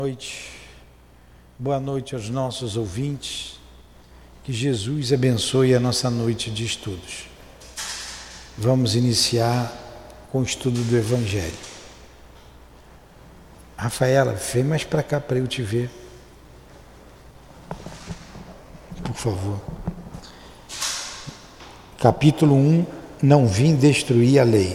Noite. Boa noite aos nossos ouvintes. Que Jesus abençoe a nossa noite de estudos. Vamos iniciar com o estudo do Evangelho. Rafaela, vem mais para cá para eu te ver. Por favor. Capítulo 1. Não vim destruir a lei.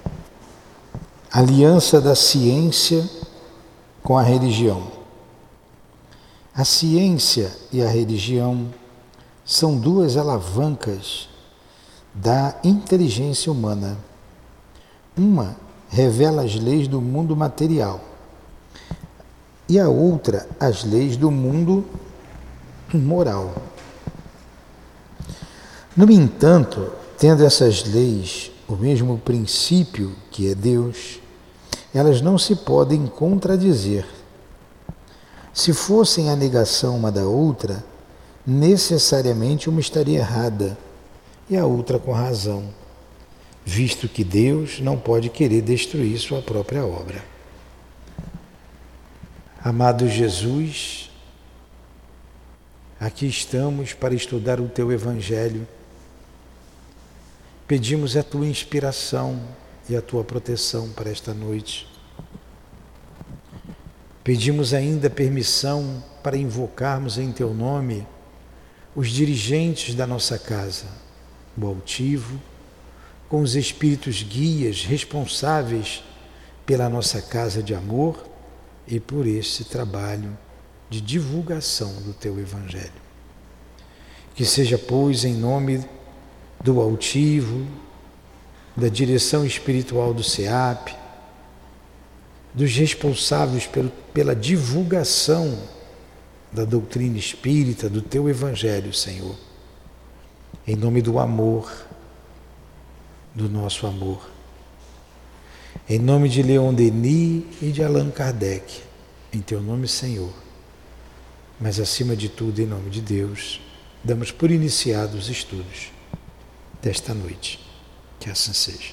Aliança da ciência com a religião. A ciência e a religião são duas alavancas da inteligência humana. Uma revela as leis do mundo material e a outra as leis do mundo moral. No entanto, tendo essas leis o mesmo princípio que é Deus, elas não se podem contradizer. Se fossem a negação uma da outra, necessariamente uma estaria errada e a outra com razão, visto que Deus não pode querer destruir sua própria obra. Amado Jesus, aqui estamos para estudar o Teu Evangelho. Pedimos a Tua inspiração e a Tua proteção para esta noite. Pedimos ainda permissão para invocarmos em Teu nome os dirigentes da nossa casa, o altivo, com os espíritos guias responsáveis pela nossa casa de amor e por este trabalho de divulgação do Teu Evangelho. Que seja, pois, em nome do altivo, da direção espiritual do SEAP, dos responsáveis pela divulgação da doutrina espírita, do Teu Evangelho, Senhor. Em nome do amor, do nosso amor. Em nome de Leon Denis e de Allan Kardec, em Teu nome, Senhor. Mas acima de tudo, em nome de Deus, damos por iniciados os estudos desta noite. Que assim seja.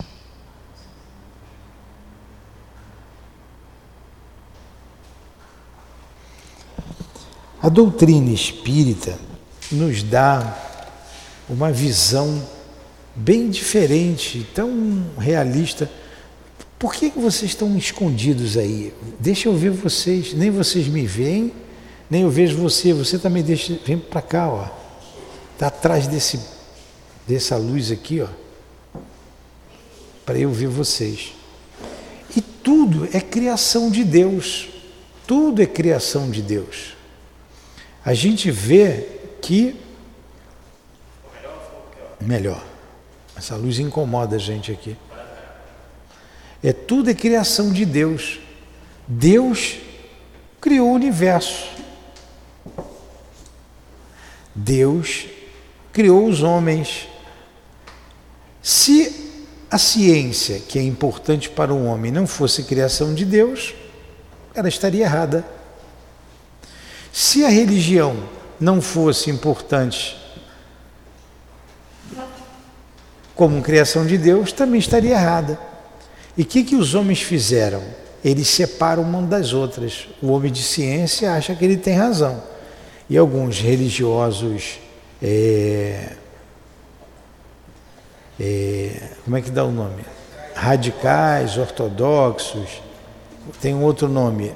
A doutrina espírita nos dá uma visão bem diferente, tão realista. Por que vocês estão escondidos aí? Deixa eu ver vocês, nem vocês me veem, nem eu vejo você. Você também deixa, vem para cá, ó. Está atrás dessa luz aqui, ó, para eu ver vocês. E tudo é criação de Deus. Tudo é criação de Deus. A gente vê que... Melhor. Essa luz incomoda a gente aqui. Tudo é criação de Deus. Deus criou o universo. Deus criou os homens. Se a ciência, que é importante para o homem, não fosse criação de Deus, ela estaria errada. Se a religião não fosse importante como criação de Deus, também estaria errada. E o que os homens fizeram? Eles separam uma das outras. O homem de ciência acha que ele tem razão. E alguns religiosos, como é que dá o nome? Radicais, ortodoxos, tem um outro nome.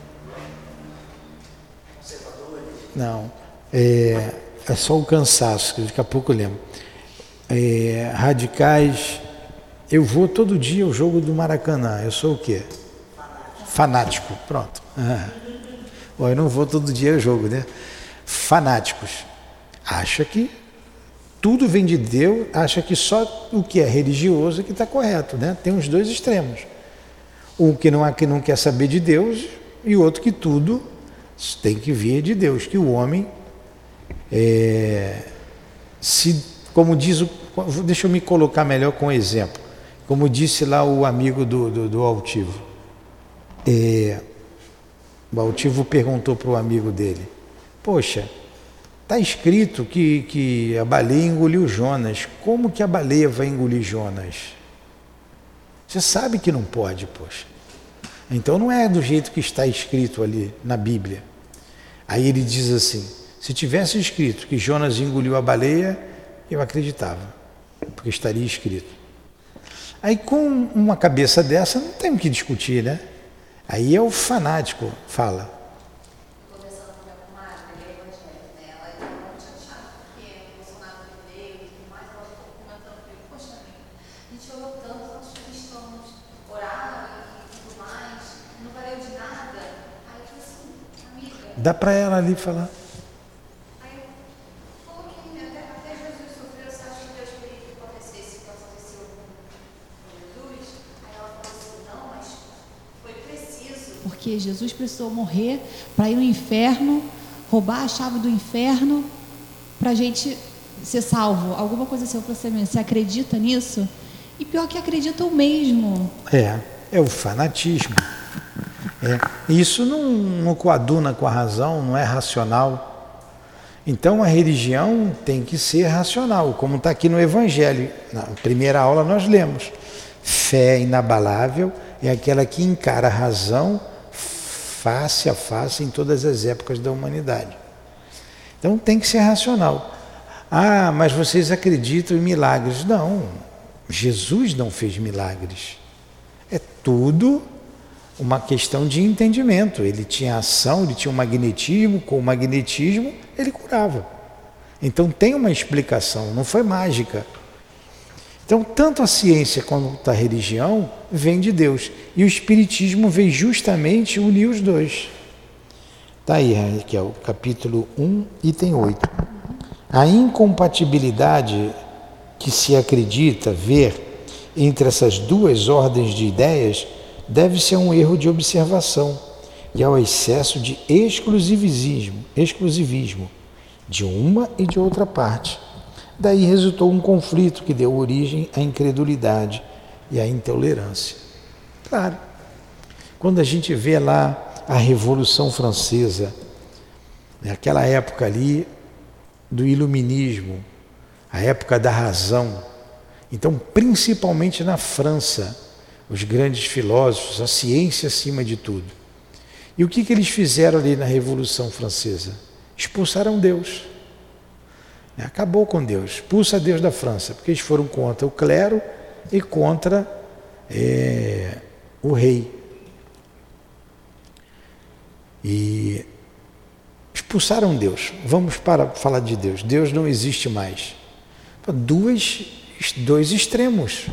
Não, é só o cansaço, que daqui a pouco eu lembro. Radicais, eu vou todo dia ao jogo do Maracanã, eu sou o quê? Fanático, pronto. Eu não vou todo dia ao jogo, né? Fanáticos, acha que tudo vem de Deus, acha que só o que é religioso é que está correto, né? Tem os dois extremos. Um que não quer saber de Deus e o outro que tudo tem que vir de Deus, que o homem como diz deixa eu me colocar melhor com um exemplo, como disse lá o amigo do altivo. O altivo perguntou para o amigo dele: poxa, está escrito que a baleia engoliu Jonas, como que a baleia vai engolir Jonas? Você sabe que não pode, poxa. Então não é do jeito que está escrito ali na Bíblia. Aí ele diz assim, se tivesse escrito que Jonas engoliu a baleia, eu acreditava, porque estaria escrito. Aí com uma cabeça dessa não tem o que discutir, né? Aí é o fanático, fala. Conversando com a minha comadre, ela é evangélica, né? Ela é muito chateada, porque o Bolsonaro veio e tudo mais, ela ficou comentando comigo, poxa, amiga, a gente orou tanto, nós cristãos oraram e tudo mais, não valeu de nada. Aí eu falei assim, amiga. Dá para ela ali falar. Aí eu coloquei, até Jesus sofreu, você acha que Deus queria que acontecesse o que aconteceu com Jesus? Aí ela falou assim, não, mas foi preciso. Porque Jesus precisou morrer para ir no inferno, roubar a chave do inferno, para a gente ser salvo. Alguma coisa assim, você acredita nisso? E pior que acreditam mesmo. É o fanatismo. Isso não coaduna com a razão, não é racional. Então a religião tem que ser racional, como está aqui no Evangelho. Na primeira aula nós lemos. Fé inabalável é aquela que encara a razão face a face em todas as épocas da humanidade. Então tem que ser racional. Ah, mas vocês acreditam em milagres. Não, Jesus não fez milagres. É tudo uma questão de entendimento. Ele tinha ação, ele tinha um magnetismo, com o magnetismo ele curava. Então tem uma explicação, não foi mágica. Então tanto a ciência quanto a religião vem de Deus. E o Espiritismo veio justamente unir os dois. Está aí, Raquel, capítulo 1, item 8. A incompatibilidade que se acredita ver entre essas duas ordens de ideias deve-se a um erro de observação e ao excesso de exclusivismo de uma e de outra parte. Daí resultou um conflito que deu origem à incredulidade e à intolerância. Claro, quando a gente vê lá a Revolução Francesa, naquela época ali do iluminismo, a época da razão, então principalmente na França, os grandes filósofos, a ciência acima de tudo. E o que eles fizeram ali na Revolução Francesa? Expulsaram Deus. Acabou com Deus, expulsa Deus da França, porque eles foram contra o clero e contra o rei. E expulsaram Deus. Vamos para falar de Deus. Deus não existe mais. Dois extremos.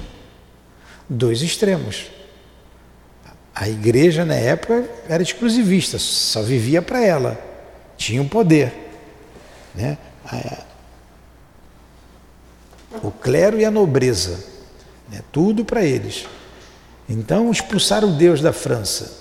A igreja na época era exclusivista, só vivia para ela, tinha um poder, né? O clero e a nobreza, né? Tudo para eles. Então expulsaram Deus da França.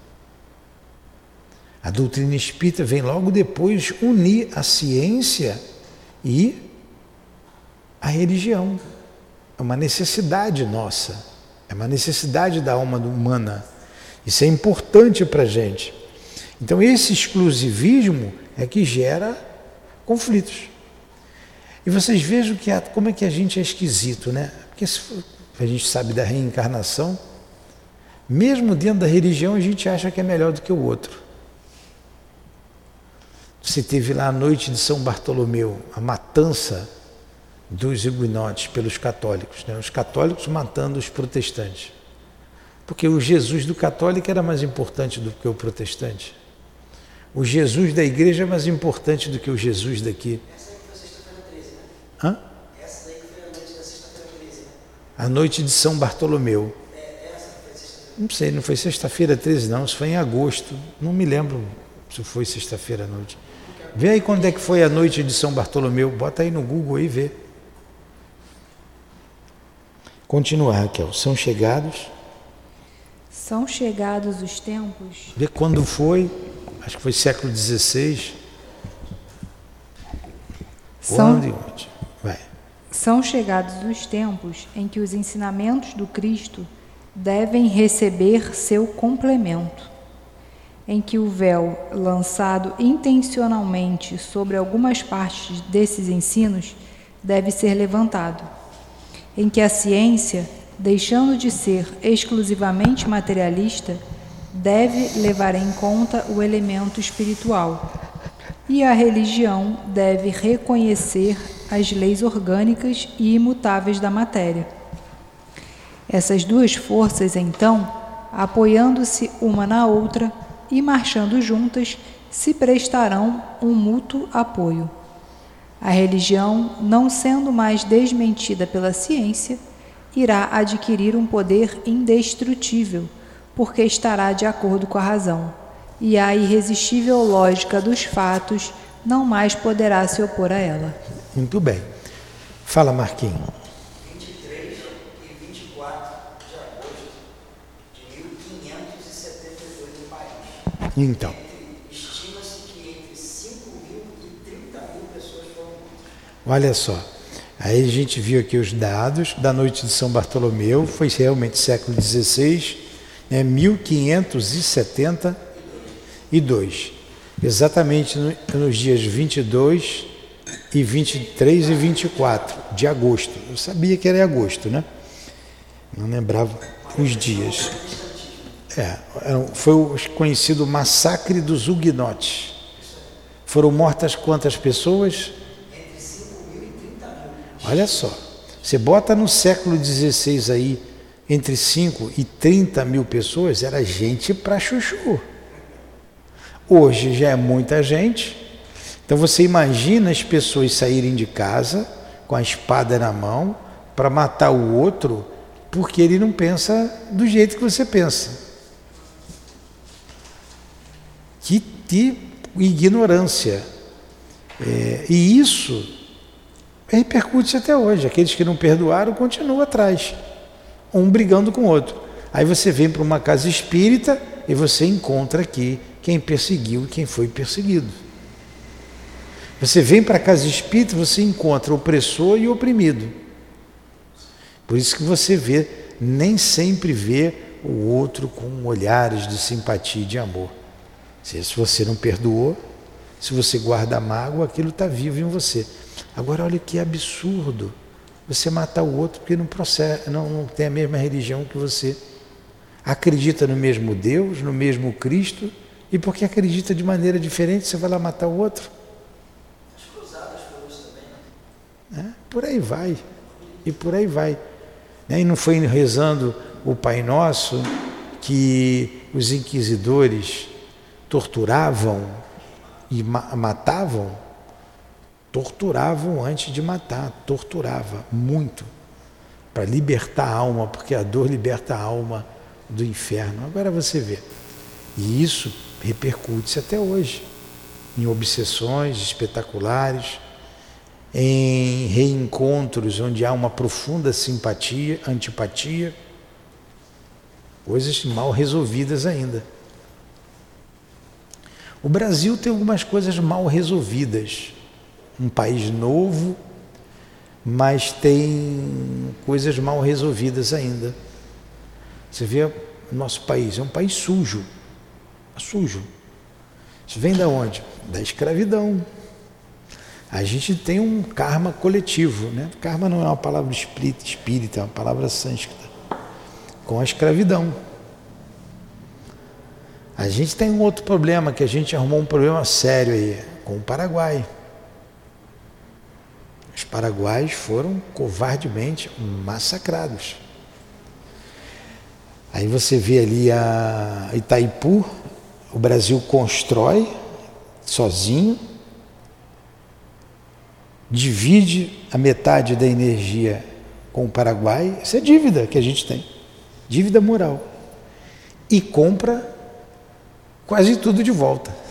A doutrina espírita vem logo depois unir a ciência e a religião. É uma necessidade nossa, é uma necessidade da alma humana. Isso é importante para a gente. Então esse exclusivismo é que gera conflitos. E vocês vejam como é que a gente é esquisito, né? Porque a gente sabe da reencarnação, mesmo dentro da religião a gente acha que é melhor do que o outro. Você teve lá a noite de São Bartolomeu, a matança dos huguenotes pelos católicos, né? Os católicos matando os protestantes. Porque o Jesus do católico era mais importante do que o protestante. O Jesus da igreja é mais importante do que o Jesus daqui. Hã? Essa daí que foi a noite da sexta-feira 13, né? A noite de São Bartolomeu. Essa foi sexta-feira. Não sei, não foi sexta-feira 13 não, isso foi em agosto. Não me lembro se foi sexta-feira à noite. Vê aí quando é que foi a noite de São Bartolomeu. Bota aí no Google aí e vê. Continua, Raquel. São chegados os tempos. Vê quando foi. Acho que foi século XVI. Quando e onde? Vai. São chegados os tempos em que os ensinamentos do Cristo devem receber seu complemento, em que o véu lançado intencionalmente sobre algumas partes desses ensinos deve ser levantado, em que a ciência, deixando de ser exclusivamente materialista, deve levar em conta o elemento espiritual, e a religião deve reconhecer as leis orgânicas e imutáveis da matéria. Essas duas forças, então, apoiando-se uma na outra e marchando juntas, se prestarão um mútuo apoio. A religião, não sendo mais desmentida pela ciência, irá adquirir um poder indestrutível, porque estará de acordo com a razão, e a irresistível lógica dos fatos não mais poderá se opor a ela. Muito bem. Fala, Marquinhos. 23 e 24 de agosto de 1572 no país. Então, Estima-se que entre 5.000 e 30.000 pessoas foram mortas. olha só. Aí a gente viu aqui os dados da noite de São Bartolomeu, foi realmente século XVI, né, 1572, exatamente nos dias 22 e 23 e 24 de agosto. Eu sabia que era em agosto, né? Não lembrava os dias. Foi o conhecido massacre dos Huguenotes. Foram mortas quantas pessoas? Olha só, você bota no século XVI aí, entre 5 e 30 mil pessoas, era gente pra chuchu. Hoje já é muita gente, então você imagina as pessoas saírem de casa com a espada na mão para matar o outro, porque ele não pensa do jeito que você pensa. Que ignorância. E isso repercute até hoje. Aqueles que não perdoaram continuam atrás, um brigando com o outro. Aí você vem para uma casa espírita e você encontra aqui quem perseguiu e quem foi perseguido. Você vem para a casa espírita, você encontra o opressor e o oprimido. Por isso que você vê, nem sempre vê o outro com olhares de simpatia e de amor. Se você não perdoou, se você guarda mágoa, aquilo está vivo em você. Agora olha que absurdo você matar o outro porque não tem a mesma religião que você. Acredita no mesmo Deus, no mesmo Cristo, e porque acredita de maneira diferente, você vai lá matar o outro? As cruzadas foram isso também, Por aí vai. E por aí vai. E não foi rezando o Pai Nosso que os inquisidores torturavam e matavam? Torturavam antes de matar, torturava muito, para libertar a alma, porque a dor liberta a alma do inferno. Agora você vê, e isso repercute-se até hoje, em obsessões espetaculares, em reencontros onde há uma profunda simpatia, antipatia, coisas mal resolvidas ainda. O Brasil tem algumas coisas mal resolvidas, um país novo, mas tem coisas mal resolvidas ainda. Você vê, o nosso país é um país sujo, sujo. Isso vem da onde? Da escravidão. A gente tem um karma coletivo, né? Karma não é uma palavra espírita, é uma palavra sânscrita, com a escravidão. A gente tem um outro problema, que a gente arrumou um problema sério aí, com o Paraguai. Os paraguaios foram covardemente massacrados. Aí você vê ali a Itaipu, o Brasil constrói sozinho, divide a metade da energia com o Paraguai, isso é dívida que a gente tem, dívida moral, e compra quase tudo de volta.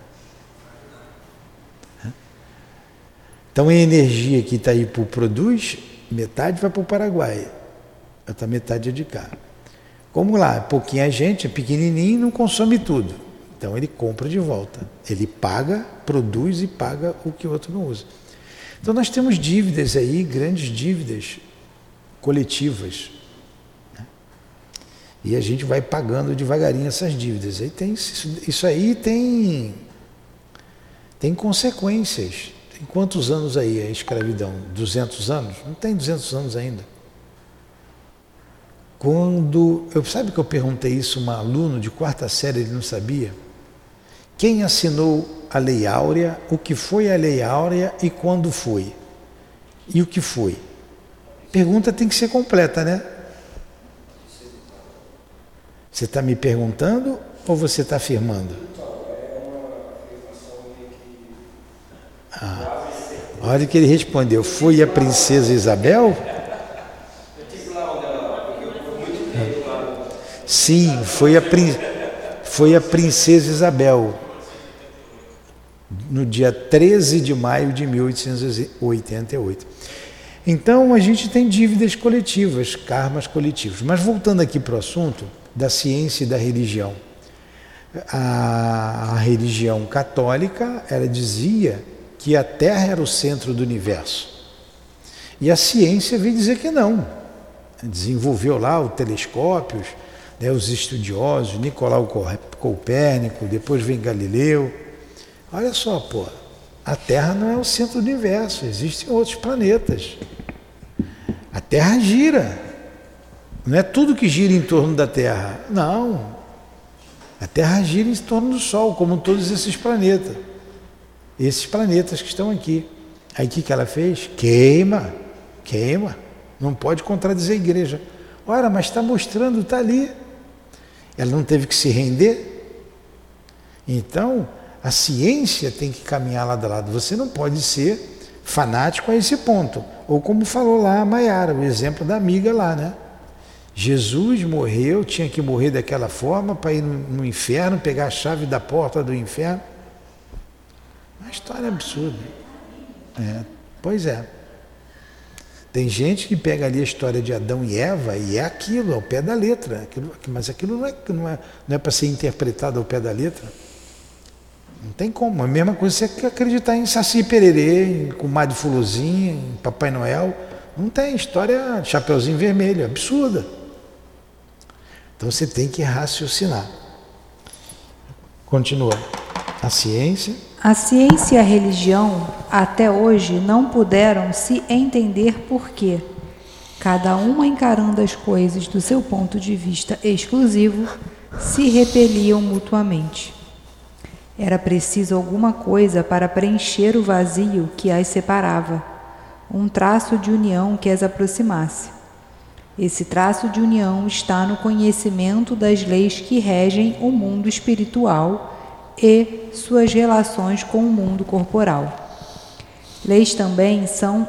Então a energia que Itaipu produz, metade vai para o Paraguai, outra metade é de cá. Como lá, pouquinha gente, é pequenininho, não consome tudo. Então ele compra de volta. Ele paga, produz e paga o que o outro não usa. Então nós temos dívidas aí, grandes dívidas coletivas. Né? E a gente vai pagando devagarinho essas dívidas. Aí isso aí tem consequências. Tem quantos anos aí a escravidão? 200 anos? Não tem 200 anos ainda. Sabe que eu perguntei isso a um aluno de 4ª série, ele não sabia? Quem assinou a Lei Áurea, o que foi a Lei Áurea e quando foi? E o que foi? Pergunta tem que ser completa, né? Você está me perguntando ou você está afirmando? Olha que ele respondeu, foi a princesa Isabel? Sim, foi a princesa Isabel, no dia 13 de maio de 1888. Então, a gente tem dívidas coletivas, karmas coletivos. Mas voltando aqui para o assunto da ciência e da religião. A religião católica, ela dizia que a Terra era o centro do universo. E a ciência veio dizer que não. Desenvolveu lá os telescópios, né, os estudiosos, Nicolau Copérnico, depois vem Galileu. Olha só, pô, a Terra não é o centro do universo, existem outros planetas. A Terra gira. Não é tudo que gira em torno da Terra. Não. A Terra gira em torno do Sol, como todos esses planetas. Esses planetas que estão aqui. Aí o que ela fez? Queima. Não pode contradizer a igreja. Ora, mas está mostrando, está ali. Ela não teve que se render? Então, a ciência tem que caminhar lado a lado. Você não pode ser fanático a esse ponto. Ou como falou lá a Maiara, o exemplo da amiga lá, né? Jesus morreu, tinha que morrer daquela forma para ir no inferno, pegar a chave da porta do inferno. Uma história absurda. Pois é. Tem gente que pega ali a história de Adão e Eva e é aquilo, ao pé da letra. Mas aquilo não é para ser interpretado ao pé da letra. Não tem como. A mesma coisa você acreditar em Saci Pererê, em Comadre Fulozinha, em Papai Noel. Não tem. História de Chapeuzinho Vermelho, absurda. Então você tem que raciocinar. Continua. A ciência. A ciência e a religião, até hoje, não puderam se entender por quê, cada uma encarando as coisas do seu ponto de vista exclusivo, se repeliam mutuamente. Era preciso alguma coisa para preencher o vazio que as separava, um traço de união que as aproximasse. Esse traço de união está no conhecimento das leis que regem o mundo espiritual e suas relações com o mundo corporal. Leis também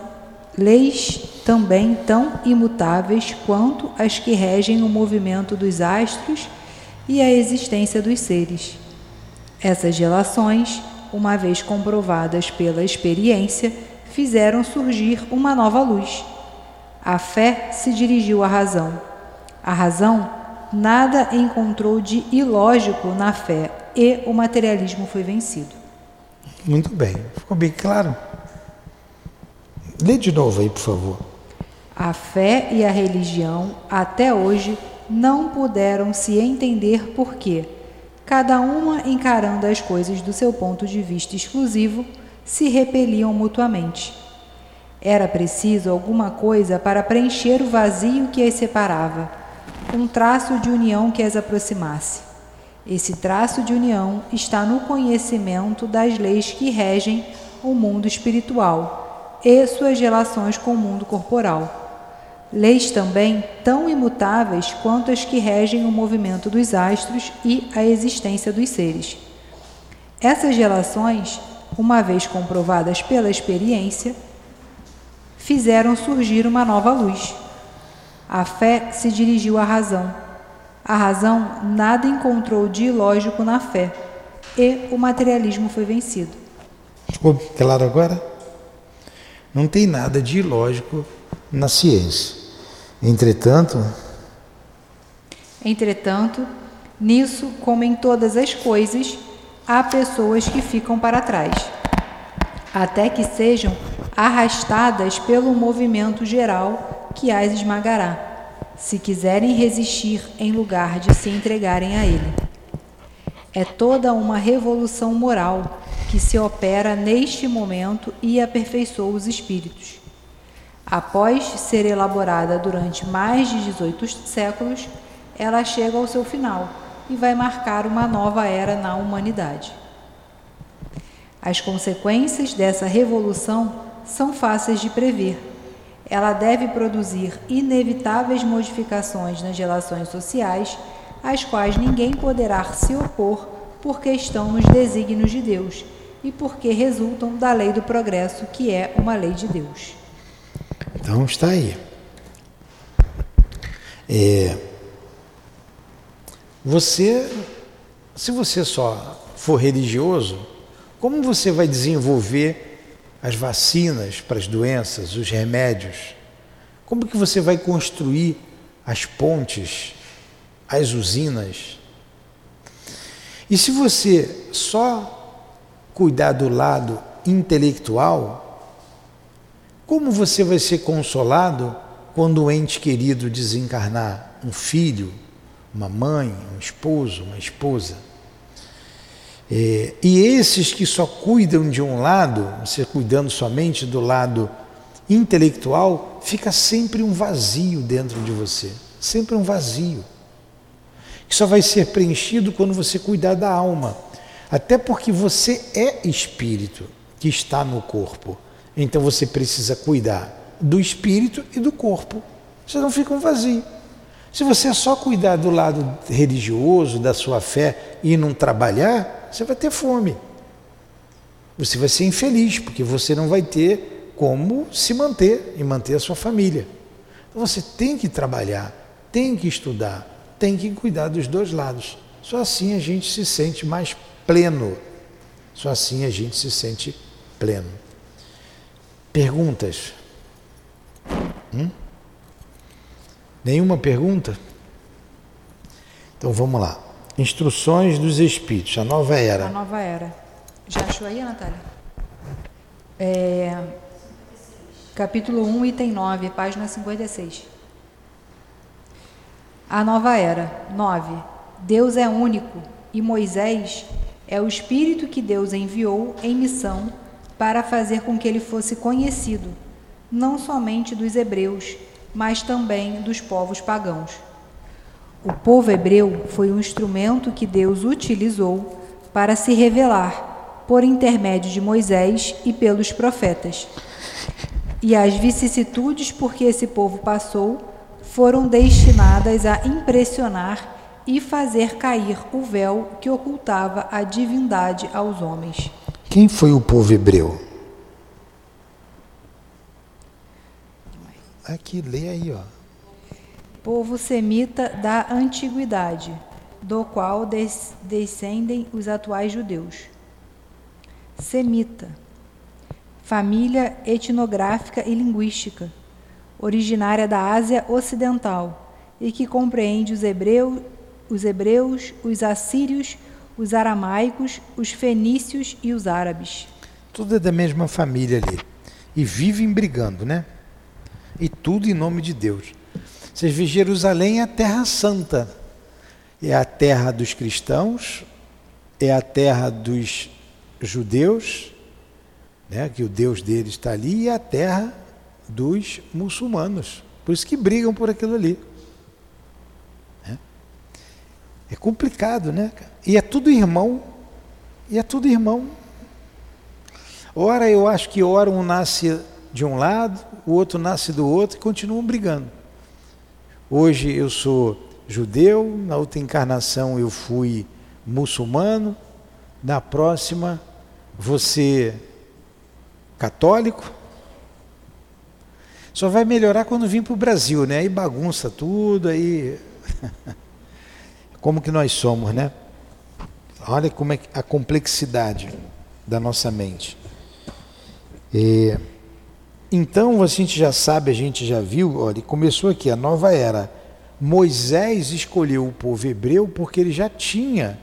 tão imutáveis quanto as que regem o movimento dos astros e a existência dos seres. Essas relações, uma vez comprovadas pela experiência, fizeram surgir uma nova luz. A fé se dirigiu à razão. A razão nada encontrou de ilógico na fé e o materialismo foi vencido. Muito bem, ficou bem claro? Lê de novo aí, por favor. A fé e a religião, até hoje, não puderam se entender por quê, cada uma encarando as coisas do seu ponto de vista exclusivo, se repeliam mutuamente. Era preciso alguma coisa para preencher o vazio que as separava, um traço de união que as aproximasse. Esse traço de união está no conhecimento das leis que regem o mundo espiritual e suas relações com o mundo corporal. Leis também tão imutáveis quanto as que regem o movimento dos astros e a existência dos seres. Essas relações, uma vez comprovadas pela experiência, fizeram surgir uma nova luz. A fé se dirigiu à razão. A razão nada encontrou de ilógico na fé e o materialismo foi vencido. Ficou claro agora? Não tem nada de ilógico na ciência. Entretanto, nisso, como em todas as coisas, há pessoas que ficam para trás, até que sejam arrastadas pelo movimento geral que as esmagará, se quiserem resistir em lugar de se entregarem a ele. É toda uma revolução moral que se opera neste momento e aperfeiçoa os espíritos. Após ser elaborada durante mais de 18 séculos, ela chega ao seu final e vai marcar uma nova era na humanidade. As consequências dessa revolução são fáceis de prever. Ela deve produzir inevitáveis modificações nas relações sociais, às quais ninguém poderá se opor porque estão nos desígnios de Deus e porque resultam da lei do progresso, que é uma lei de Deus. Então está aí. Se você só for religioso, como você vai desenvolver as vacinas para as doenças, os remédios? Como que você vai construir as pontes, as usinas? E se você só cuidar do lado intelectual, como você vai ser consolado quando um ente querido desencarnar? Um filho, uma mãe, um esposo, uma esposa. E esses que só cuidam de um lado, você cuidando somente do lado intelectual, fica sempre um vazio dentro de você. Sempre um vazio. Que só vai ser preenchido quando você cuidar da alma. Até porque você é espírito que está no corpo. Então você precisa cuidar do espírito e do corpo. Você não fica um vazio. Se você só cuidar do lado religioso, da sua fé e não trabalhar, você vai ter fome. Você vai ser infeliz, porque você não vai ter como se manter e manter a sua família. Então você tem que trabalhar, tem que estudar, tem que cuidar dos dois lados. Só assim a gente se sente mais pleno. Só assim a gente se sente pleno. Perguntas? Nenhuma pergunta? Então vamos lá. Instruções dos Espíritos, a nova era. A nova era. Já achou aí, Natália? Capítulo 1, item 9, página 56. A nova era. 9. Deus é único e Moisés é o Espírito que Deus enviou em missão para fazer com que ele fosse conhecido, não somente dos hebreus, mas também dos povos pagãos. O povo hebreu foi um instrumento que Deus utilizou para se revelar por intermédio de Moisés e pelos profetas. E as vicissitudes por que esse povo passou foram destinadas a impressionar e fazer cair o véu que ocultava a divindade aos homens. Quem foi o povo hebreu? Aqui, lê aí, ó. Povo semita da antiguidade, do qual descendem os atuais judeus. Semita, família etnográfica e linguística, originária da Ásia Ocidental e que compreende os hebreus, os assírios, os aramaicos, os fenícios e os árabes. Tudo é da mesma família ali. E vivem brigando, né? E tudo em nome de Deus. Vocês veem, Jerusalém é a terra santa. É a terra dos cristãos, é a terra dos judeus, né, que o Deus deles está ali, e é a terra dos muçulmanos. Por isso que brigam por aquilo ali. É complicado, né? E é tudo irmão. E é tudo irmão. Ora, eu acho que ora um nasce de um lado, o outro nasce do outro e continuam brigando. Hoje eu sou judeu, na outra encarnação eu fui muçulmano, na próxima você católico. Só vai melhorar quando vir para o Brasil, né? Aí bagunça tudo, aí... Como que nós somos, né? Olha como é a complexidade da nossa mente. Então, a gente já sabe, a gente já viu, olha, começou aqui a nova era. Moisés escolheu o povo hebreu porque ele já tinha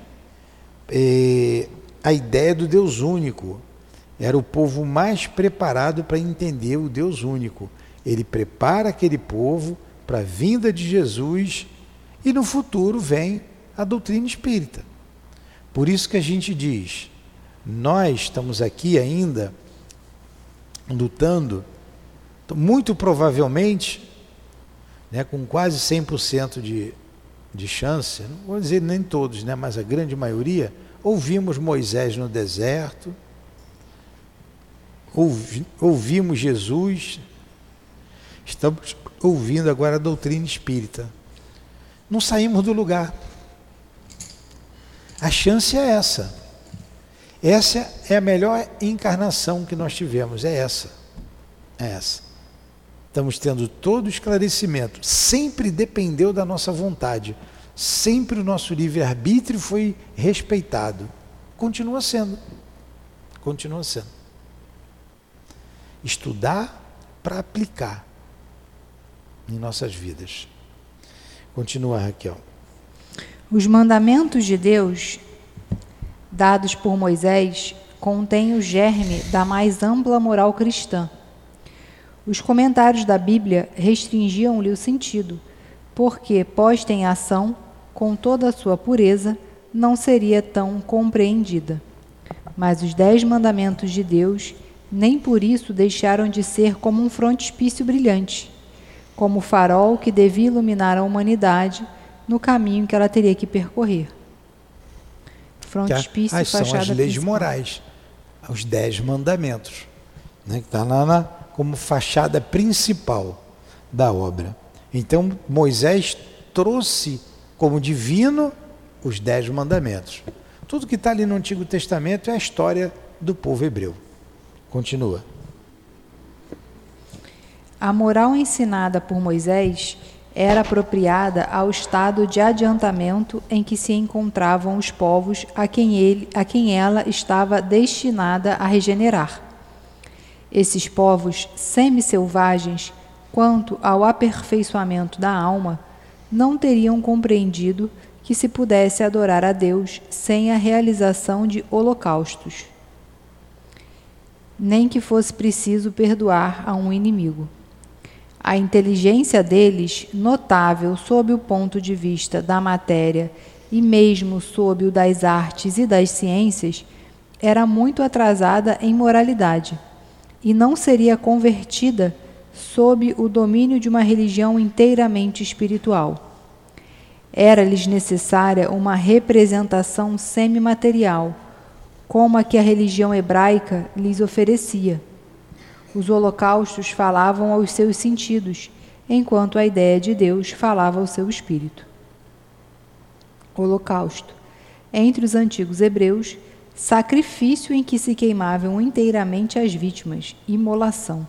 a ideia do Deus único. Era o povo mais preparado para entender o Deus único. Ele prepara aquele povo para a vinda de Jesus e no futuro vem a doutrina espírita. Por isso que a gente diz, nós estamos aqui ainda lutando Então, muito provavelmente, né, com quase 100% de chance, não vou dizer nem todos, né, mas a grande maioria, ouvimos Moisés no deserto, ouvimos Jesus, estamos ouvindo agora a doutrina espírita. Não saímos do lugar. A chance é essa. Essa é a melhor encarnação que nós tivemos, é essa. É essa. Estamos tendo todo o esclarecimento. Sempre dependeu da nossa vontade. Sempre o nosso livre-arbítrio foi respeitado. Continua sendo. Continua sendo. Estudar para aplicar em nossas vidas. Continua, Raquel. Os mandamentos de Deus, dados por Moisés, contêm o germe da mais ampla moral cristã. Os comentários da Bíblia restringiam-lhe o sentido, porque, posta em ação, com toda a sua pureza, não seria tão compreendida. Mas os 10 mandamentos de Deus nem por isso deixaram de ser como um frontispício brilhante, como o farol que devia iluminar a humanidade no caminho que ela teria que percorrer. Frontispício, fachada são as leis principal. Morais, os 10 mandamentos, né, que está lá como fachada principal da obra. Então, Moisés trouxe como divino os 10 mandamentos. Tudo que está ali no Antigo Testamento é a história do povo hebreu. Continua. A moral ensinada por Moisés era apropriada ao estado de adiantamento em que se encontravam os povos a quem ela estava destinada a regenerar. Esses povos semi-selvagens, quanto ao aperfeiçoamento da alma, não teriam compreendido que se pudesse adorar a Deus sem a realização de holocaustos, nem que fosse preciso perdoar a um inimigo. A inteligência deles, notável sob o ponto de vista da matéria e mesmo sob o das artes e das ciências, era muito atrasada em moralidade e não seria convertida sob o domínio de uma religião inteiramente espiritual. Era-lhes necessária uma representação semimaterial, como a que a religião hebraica lhes oferecia. Os holocaustos falavam aos seus sentidos, enquanto a ideia de Deus falava ao seu espírito. Holocausto. Entre os antigos hebreus, sacrifício em que se queimavam inteiramente as vítimas, imolação.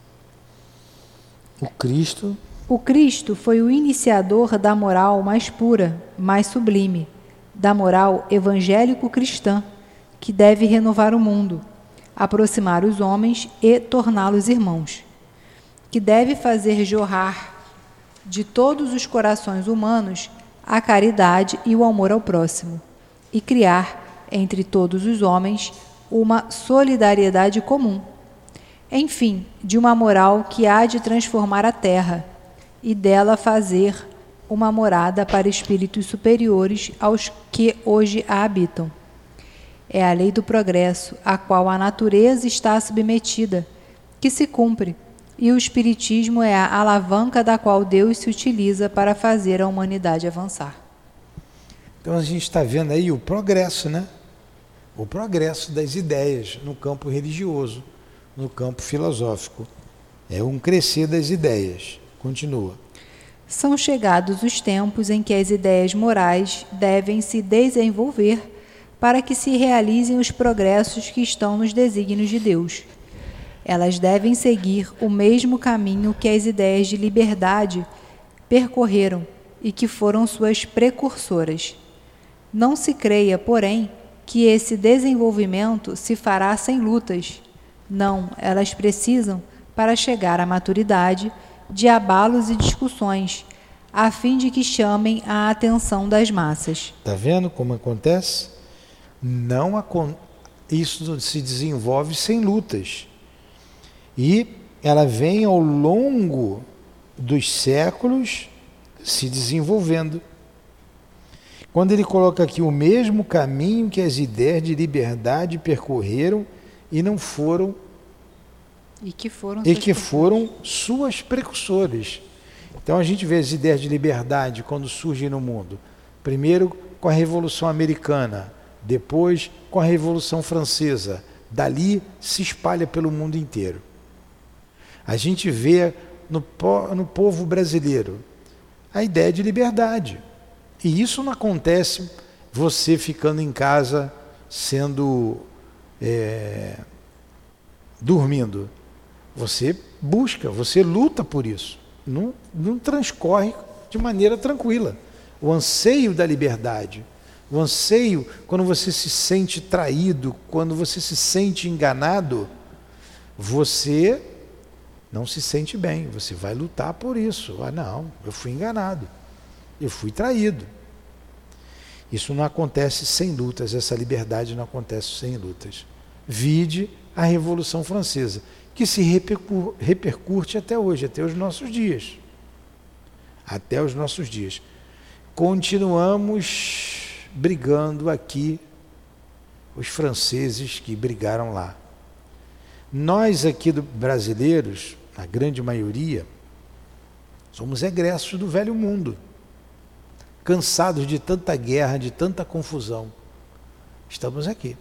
O Cristo foi o iniciador da moral mais pura, mais sublime, da moral evangélico-cristã, que deve renovar o mundo, aproximar os homens e torná-los irmãos, que deve fazer jorrar de todos os corações humanos a caridade e o amor ao próximo, e criar entre todos os homens uma solidariedade comum. Enfim, de uma moral que há de transformar a terra e dela fazer uma morada para espíritos superiores aos que hoje a habitam. É a lei do progresso, a qual a natureza está submetida, que se cumpre, e o espiritismo é a alavanca da qual Deus se utiliza para fazer a humanidade avançar. Então a gente está vendo aí o progresso, né? O progresso das ideias no campo religioso, no campo filosófico. É um crescer das ideias. Continua. São chegados os tempos em que as ideias morais devem se desenvolver para que se realizem os progressos que estão nos desígnios de Deus. Elas devem seguir o mesmo caminho que as ideias de liberdade percorreram e que foram suas precursoras. Não se creia, porém, que esse desenvolvimento se fará sem lutas. Não, elas precisam, para chegar à maturidade, de abalos e discussões, a fim de que chamem a atenção das massas. Está vendo como acontece? Isso se desenvolve sem lutas. E ela vem ao longo dos séculos se desenvolvendo. Quando ele coloca aqui o mesmo caminho que as ideias de liberdade percorreram e não foram E que foram suas precursores. Então a gente vê as ideias de liberdade quando surgem no mundo. Primeiro com a Revolução Americana, depois com a Revolução Francesa. Dali se espalha pelo mundo inteiro. A gente vê no povo brasileiro a ideia de liberdade. E isso não acontece você ficando em casa dormindo. Você busca, você luta por isso. Não transcorre de maneira tranquila. O anseio da liberdade, o anseio quando você se sente traído, quando você se sente enganado, você não se sente bem, você vai lutar por isso. Não, eu fui enganado, eu fui traído. Isso não acontece sem lutas, essa liberdade não acontece sem lutas. Vide a Revolução Francesa, que se repercute até hoje, até os nossos dias. Até os nossos dias. Continuamos brigando aqui, os franceses que brigaram lá. Nós aqui brasileiros, a grande maioria, somos egressos do velho mundo, cansados de tanta guerra, de tanta confusão. Estamos aqui,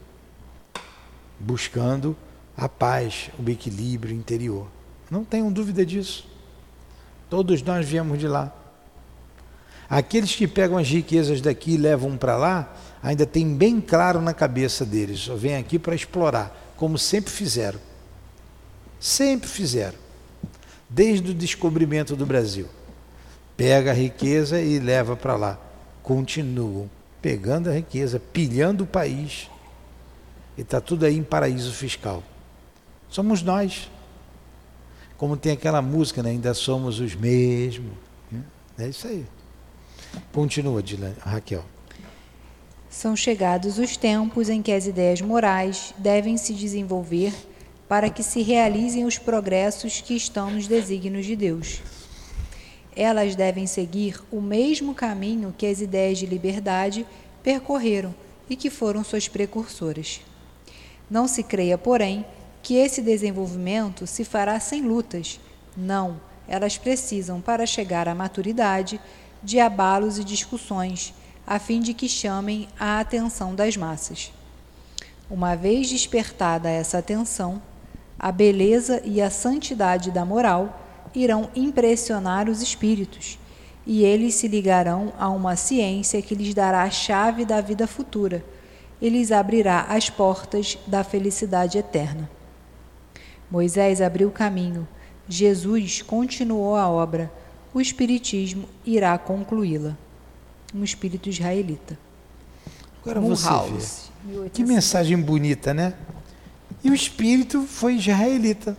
buscando a paz, o equilíbrio interior. Não tenham dúvida disso. Todos nós viemos de lá. Aqueles que pegam as riquezas daqui e levam para lá, ainda tem bem claro na cabeça deles, só vêm aqui para explorar, como sempre fizeram. Sempre fizeram. Desde o descobrimento do Brasil. Pega a riqueza e leva para lá. Continuam pegando a riqueza, pilhando o país. E está tudo aí em paraíso fiscal. Somos nós. Como tem aquela música, né? Ainda somos os mesmos. É isso aí. Continua, Raquel. São chegados os tempos em que as ideias morais devem se desenvolver para que se realizem os progressos que estão nos desígnios de Deus. Elas devem seguir o mesmo caminho que as ideias de liberdade percorreram e que foram suas precursoras. Não se creia, porém, que esse desenvolvimento se fará sem lutas. Não, elas precisam, para chegar à maturidade, de abalos e discussões, a fim de que chamem a atenção das massas. Uma vez despertada essa atenção, a beleza e a santidade da moral irão impressionar os espíritos, e eles se ligarão a uma ciência que lhes dará a chave da vida futura e lhes abrirá as portas da felicidade eterna. Moisés abriu o caminho, Jesus continuou a obra, o Espiritismo irá concluí-la. Um espírito israelita. Agora você vê. Que mensagem bonita, né? E o espírito foi israelita.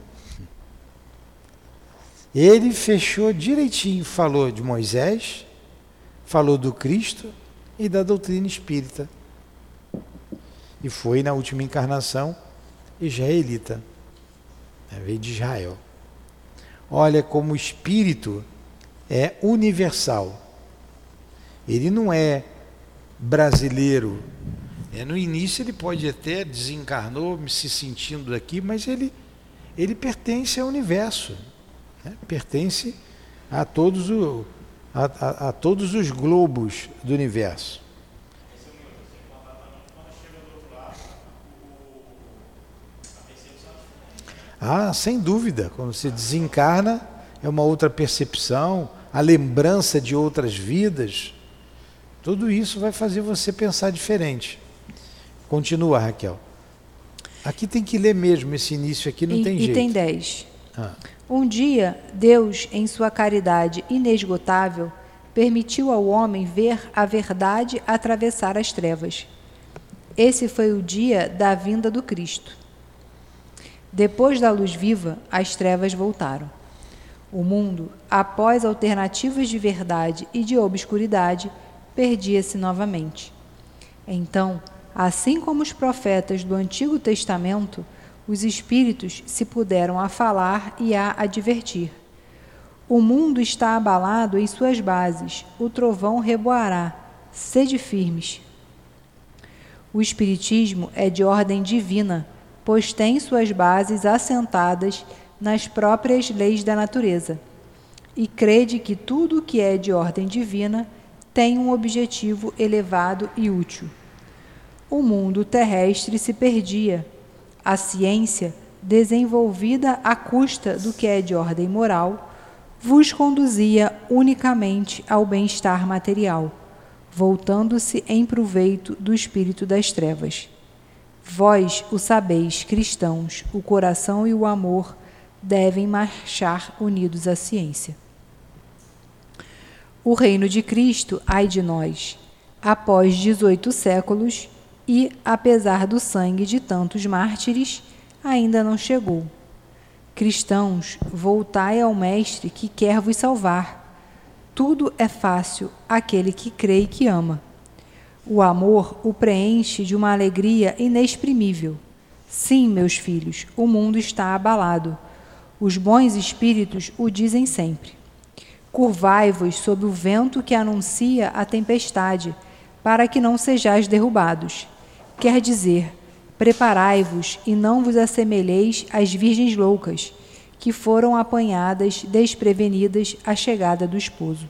Ele fechou direitinho, falou de Moisés, falou do Cristo e da doutrina espírita. E foi, na última encarnação, israelita. Veio de Israel. Olha como o espírito é universal. Ele não é brasileiro. No início ele pode até desencarnou, se sentindo aqui, mas ele pertence ao universo, né? Pertence a todos os globos do universo. Sem dúvida, quando você desencarna, é uma outra percepção, a lembrança de outras vidas, tudo isso vai fazer você pensar diferente. Continua, Raquel. Aqui tem que ler mesmo, esse início aqui não tem jeito. Item 10. Um dia, Deus, em sua caridade inesgotável, permitiu ao homem ver a verdade atravessar as trevas. Esse foi o dia da vinda do Cristo. Depois da luz viva, as trevas voltaram. O mundo, após alternativas de verdade e de obscuridade, perdia-se novamente. Então, assim como os profetas do Antigo Testamento, os espíritos se puderam a falar e a advertir. O mundo está abalado em suas bases, o trovão reboará, sede firmes. O espiritismo é de ordem divina, pois tem suas bases assentadas nas próprias leis da natureza, e crede que tudo o que é de ordem divina tem um objetivo elevado e útil. O mundo terrestre se perdia. A ciência, desenvolvida à custa do que é de ordem moral, vos conduzia unicamente ao bem-estar material, voltando-se em proveito do espírito das trevas. Vós o sabeis, cristãos, o coração e o amor devem marchar unidos à ciência. O reino de Cristo, ai de nós, após 18 séculos e, apesar do sangue de tantos mártires, ainda não chegou. Cristãos, voltai ao Mestre que quer vos salvar. Tudo é fácil àquele que crê e que ama. O amor o preenche de uma alegria inexprimível. Sim, meus filhos, o mundo está abalado. Os bons espíritos o dizem sempre. Curvai-vos sob o vento que anuncia a tempestade, para que não sejais derrubados. Quer dizer, preparai-vos e não vos assemelheis às virgens loucas, que foram apanhadas desprevenidas à chegada do esposo.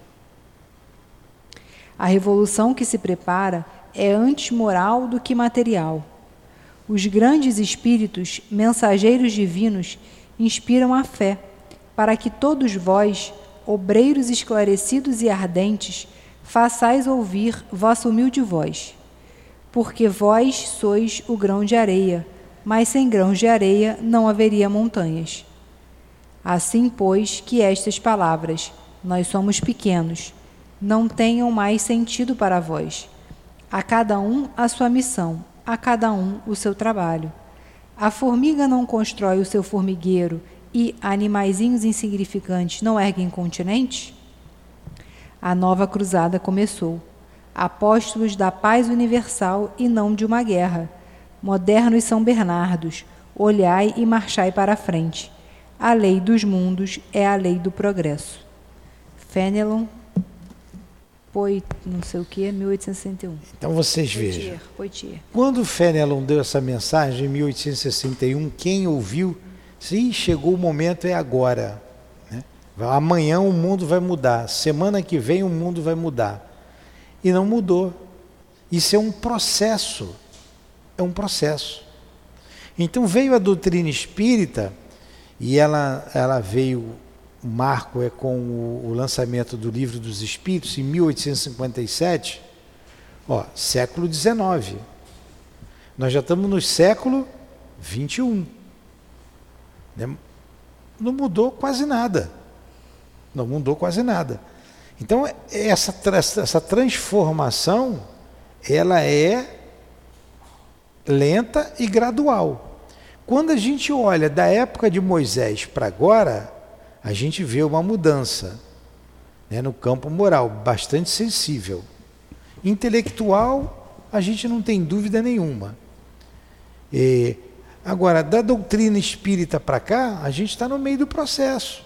A revolução que se prepara é antes moral do que material. Os grandes espíritos, mensageiros divinos, inspiram a fé, para que todos vós, obreiros esclarecidos e ardentes, façais ouvir vossa humilde voz. Porque vós sois o grão de areia, mas sem grãos de areia não haveria montanhas. Assim, pois, que estas palavras, nós somos pequenos, não tenham mais sentido para vós. A cada um a sua missão, a cada um o seu trabalho. A formiga não constrói o seu formigueiro e animaizinhos insignificantes não erguem continentes? A nova cruzada começou. Apóstolos da paz universal e não de uma guerra. Modernos São Bernardos, olhai e marchai para a frente. A lei dos mundos é a lei do progresso. Fenelon, não sei o que, 1861. Então vocês vejam. Poitiers. Quando Fenelon deu essa mensagem em 1861, quem ouviu, sim, chegou o momento, é agora. Né? Amanhã o mundo vai mudar, semana que vem o mundo vai mudar. E não mudou. Isso é um processo. É um processo. Então veio a doutrina espírita e ela veio, o marco é com o lançamento do Livro dos Espíritos em 1857, século XIX. Nós já estamos no século XXI. Né? Não mudou quase nada. Não mudou quase nada. Então, essa transformação, ela é lenta e gradual. Quando a gente olha da época de Moisés para agora, a gente vê uma mudança, né, no campo moral, bastante sensível. Intelectual, a gente não tem dúvida nenhuma. Agora, da doutrina espírita para cá, a gente está no meio do processo.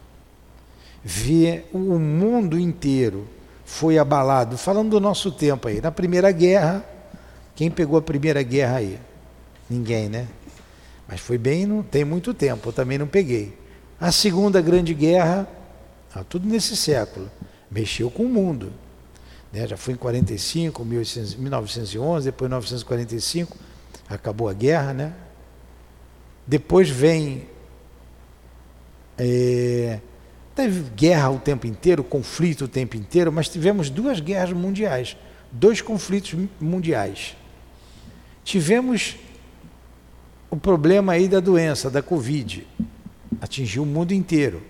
Vê o mundo inteiro foi abalado, falando do nosso tempo aí, na Primeira Guerra. Quem pegou a Primeira Guerra aí? Ninguém, né? Mas foi bem, não tem muito tempo, eu também não peguei. A Segunda Grande Guerra, tudo nesse século, mexeu com o mundo. Né? Já foi em 45, 1911, depois 1945, acabou a guerra, né? Depois vem... Teve guerra o tempo inteiro, conflito o tempo inteiro, mas tivemos 2 guerras mundiais, 2 conflitos mundiais. Tivemos o problema aí da doença, da Covid, atingiu o mundo inteiro.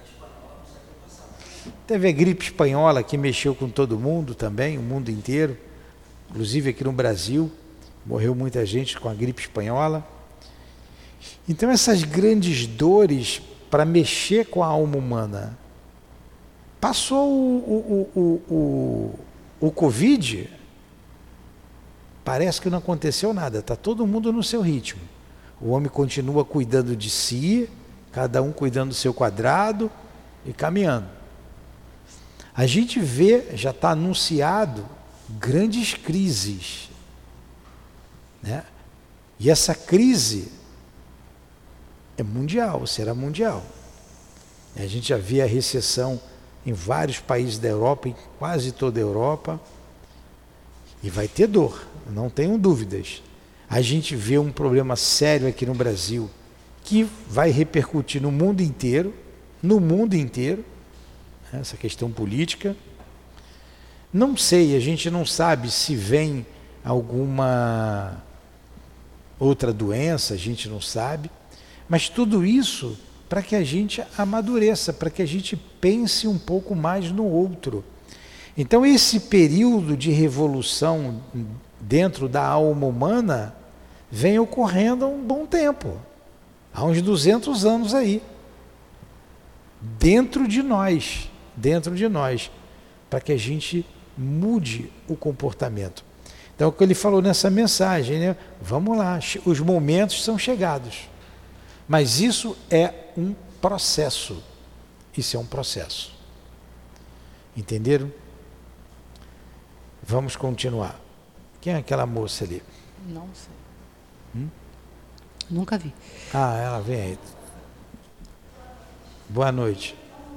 Teve a gripe espanhola que mexeu com todo mundo também, o mundo inteiro, inclusive aqui no Brasil, morreu muita gente com a gripe espanhola. Então essas grandes dores para mexer com a alma humana. Passou o Covid, parece que não aconteceu nada, está todo mundo no seu ritmo. O homem continua cuidando de si, cada um cuidando do seu quadrado e caminhando. A gente vê, já está anunciado, grandes crises. Né? E essa crise é mundial, será mundial. A gente já vê a recessão em vários países da Europa, em quase toda a Europa, e vai ter dor, não tenham dúvidas. A gente vê um problema sério aqui no Brasil, que vai repercutir no mundo inteiro, essa questão política. Não sei, a gente não sabe se vem alguma outra doença, a gente não sabe, mas tudo isso para que a gente amadureça, para que a gente pense um pouco mais no outro. Então esse período de revolução dentro da alma humana vem ocorrendo há um bom tempo, há uns 200 anos aí, dentro de nós, para que a gente mude o comportamento. Então, o que ele falou nessa mensagem, né? Vamos lá, os momentos são chegados. Mas isso é um processo. Isso é um processo. Entenderam? Vamos continuar. Quem é aquela moça ali? Não sei. Nunca vi. Ah, ela vem aí. Boa noite.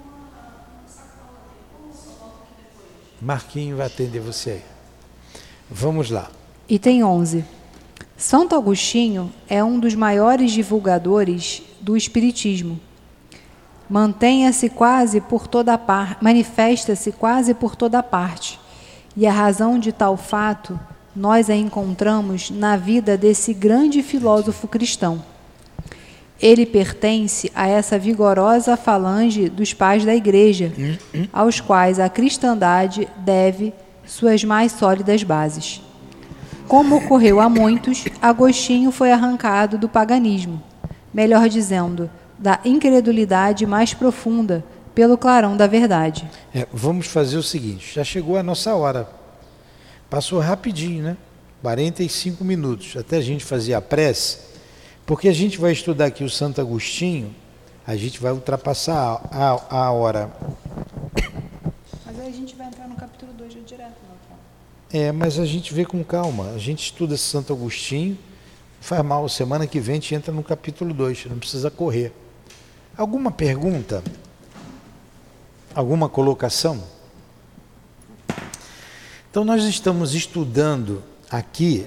Marquinho vai atender você aí. Vamos lá. Item 11. Santo Agostinho é um dos maiores divulgadores do Espiritismo. Mantenha-se quase por toda parte, manifesta-se quase por toda parte. E a razão de tal fato nós a encontramos na vida desse grande filósofo cristão. Ele pertence a essa vigorosa falange dos pais da Igreja, aos quais a cristandade deve suas mais sólidas bases. Como ocorreu a muitos, Agostinho foi arrancado do paganismo, melhor dizendo, da incredulidade mais profunda, pelo clarão da verdade. Vamos fazer o seguinte, já chegou a nossa hora. Passou rapidinho, né? 45 minutos, até a gente fazer a prece, porque a gente vai estudar aqui o Santo Agostinho, a gente vai ultrapassar a hora. Mas aí a gente vai entrar no capítulo 2 já direto, mas a gente vê com calma, a gente estuda Santo Agostinho, não faz mal, semana que vem a gente entra no capítulo 2, não precisa correr. Alguma pergunta? Alguma colocação? Então nós estamos estudando aqui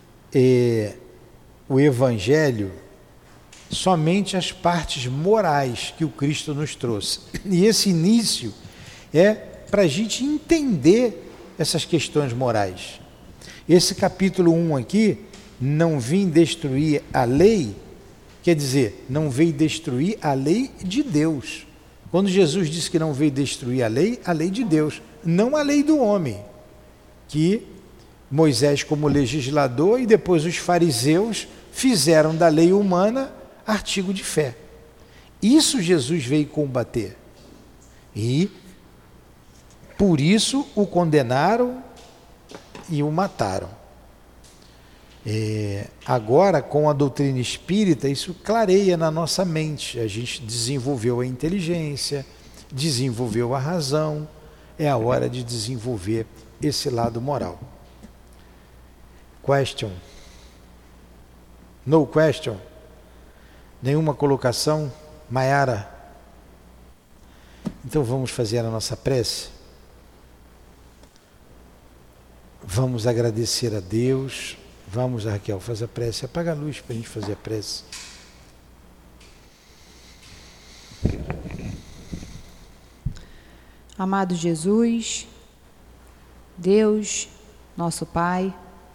o Evangelho, somente as partes morais que o Cristo nos trouxe. E esse início é para a gente entender essas questões morais. Esse capítulo 1 aqui, não vim destruir a lei, quer dizer, não veio destruir a lei de Deus. Quando Jesus disse que não veio destruir a lei de Deus, não a lei do homem, que Moisés como legislador e depois os fariseus fizeram da lei humana artigo de fé. Isso Jesus veio combater. E por isso o condenaram e o mataram. Agora, com a doutrina espírita, isso clareia na nossa mente. A gente desenvolveu a inteligência, desenvolveu a razão. É a hora de desenvolver esse lado moral. Question? No question? Nenhuma colocação? Maiara? Então vamos fazer a nossa prece? Vamos agradecer a Deus. Vamos, Raquel, faz a prece. Apaga a luz para a gente fazer a prece. Amado Jesus, Deus, nosso Pai,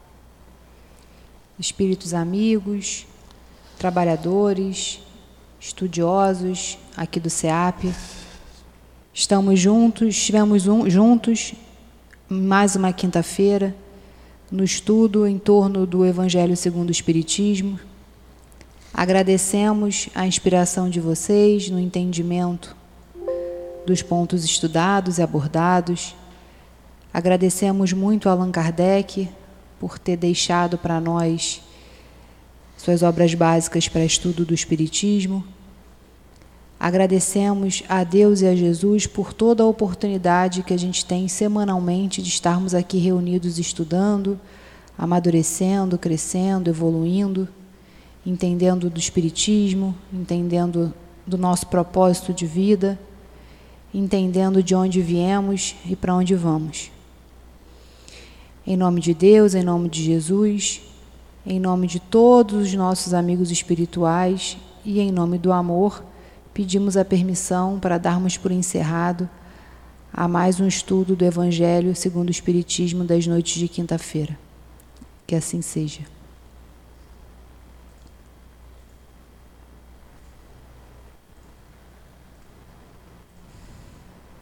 espíritos amigos, trabalhadores, estudiosos aqui do SEAP, estivemos juntos mais uma quinta-feira no estudo em torno do Evangelho segundo o Espiritismo. Agradecemos a inspiração de vocês no entendimento dos pontos estudados e abordados. Agradecemos muito a Allan Kardec por ter deixado para nós suas obras básicas para estudo do Espiritismo. Agradecemos a Deus e a Jesus por toda a oportunidade que a gente tem semanalmente de estarmos aqui reunidos estudando, amadurecendo, crescendo, evoluindo. entendendo do Espiritismo, entendendo do nosso propósito de vida, entendendo de onde viemos e para onde vamos. Em nome de Deus, em nome de Jesus, em nome de todos os nossos amigos espirituais e em nome do amor, pedimos a permissão para darmos por encerrado a mais um estudo do Evangelho segundo o Espiritismo das noites de quinta-feira. Que assim seja.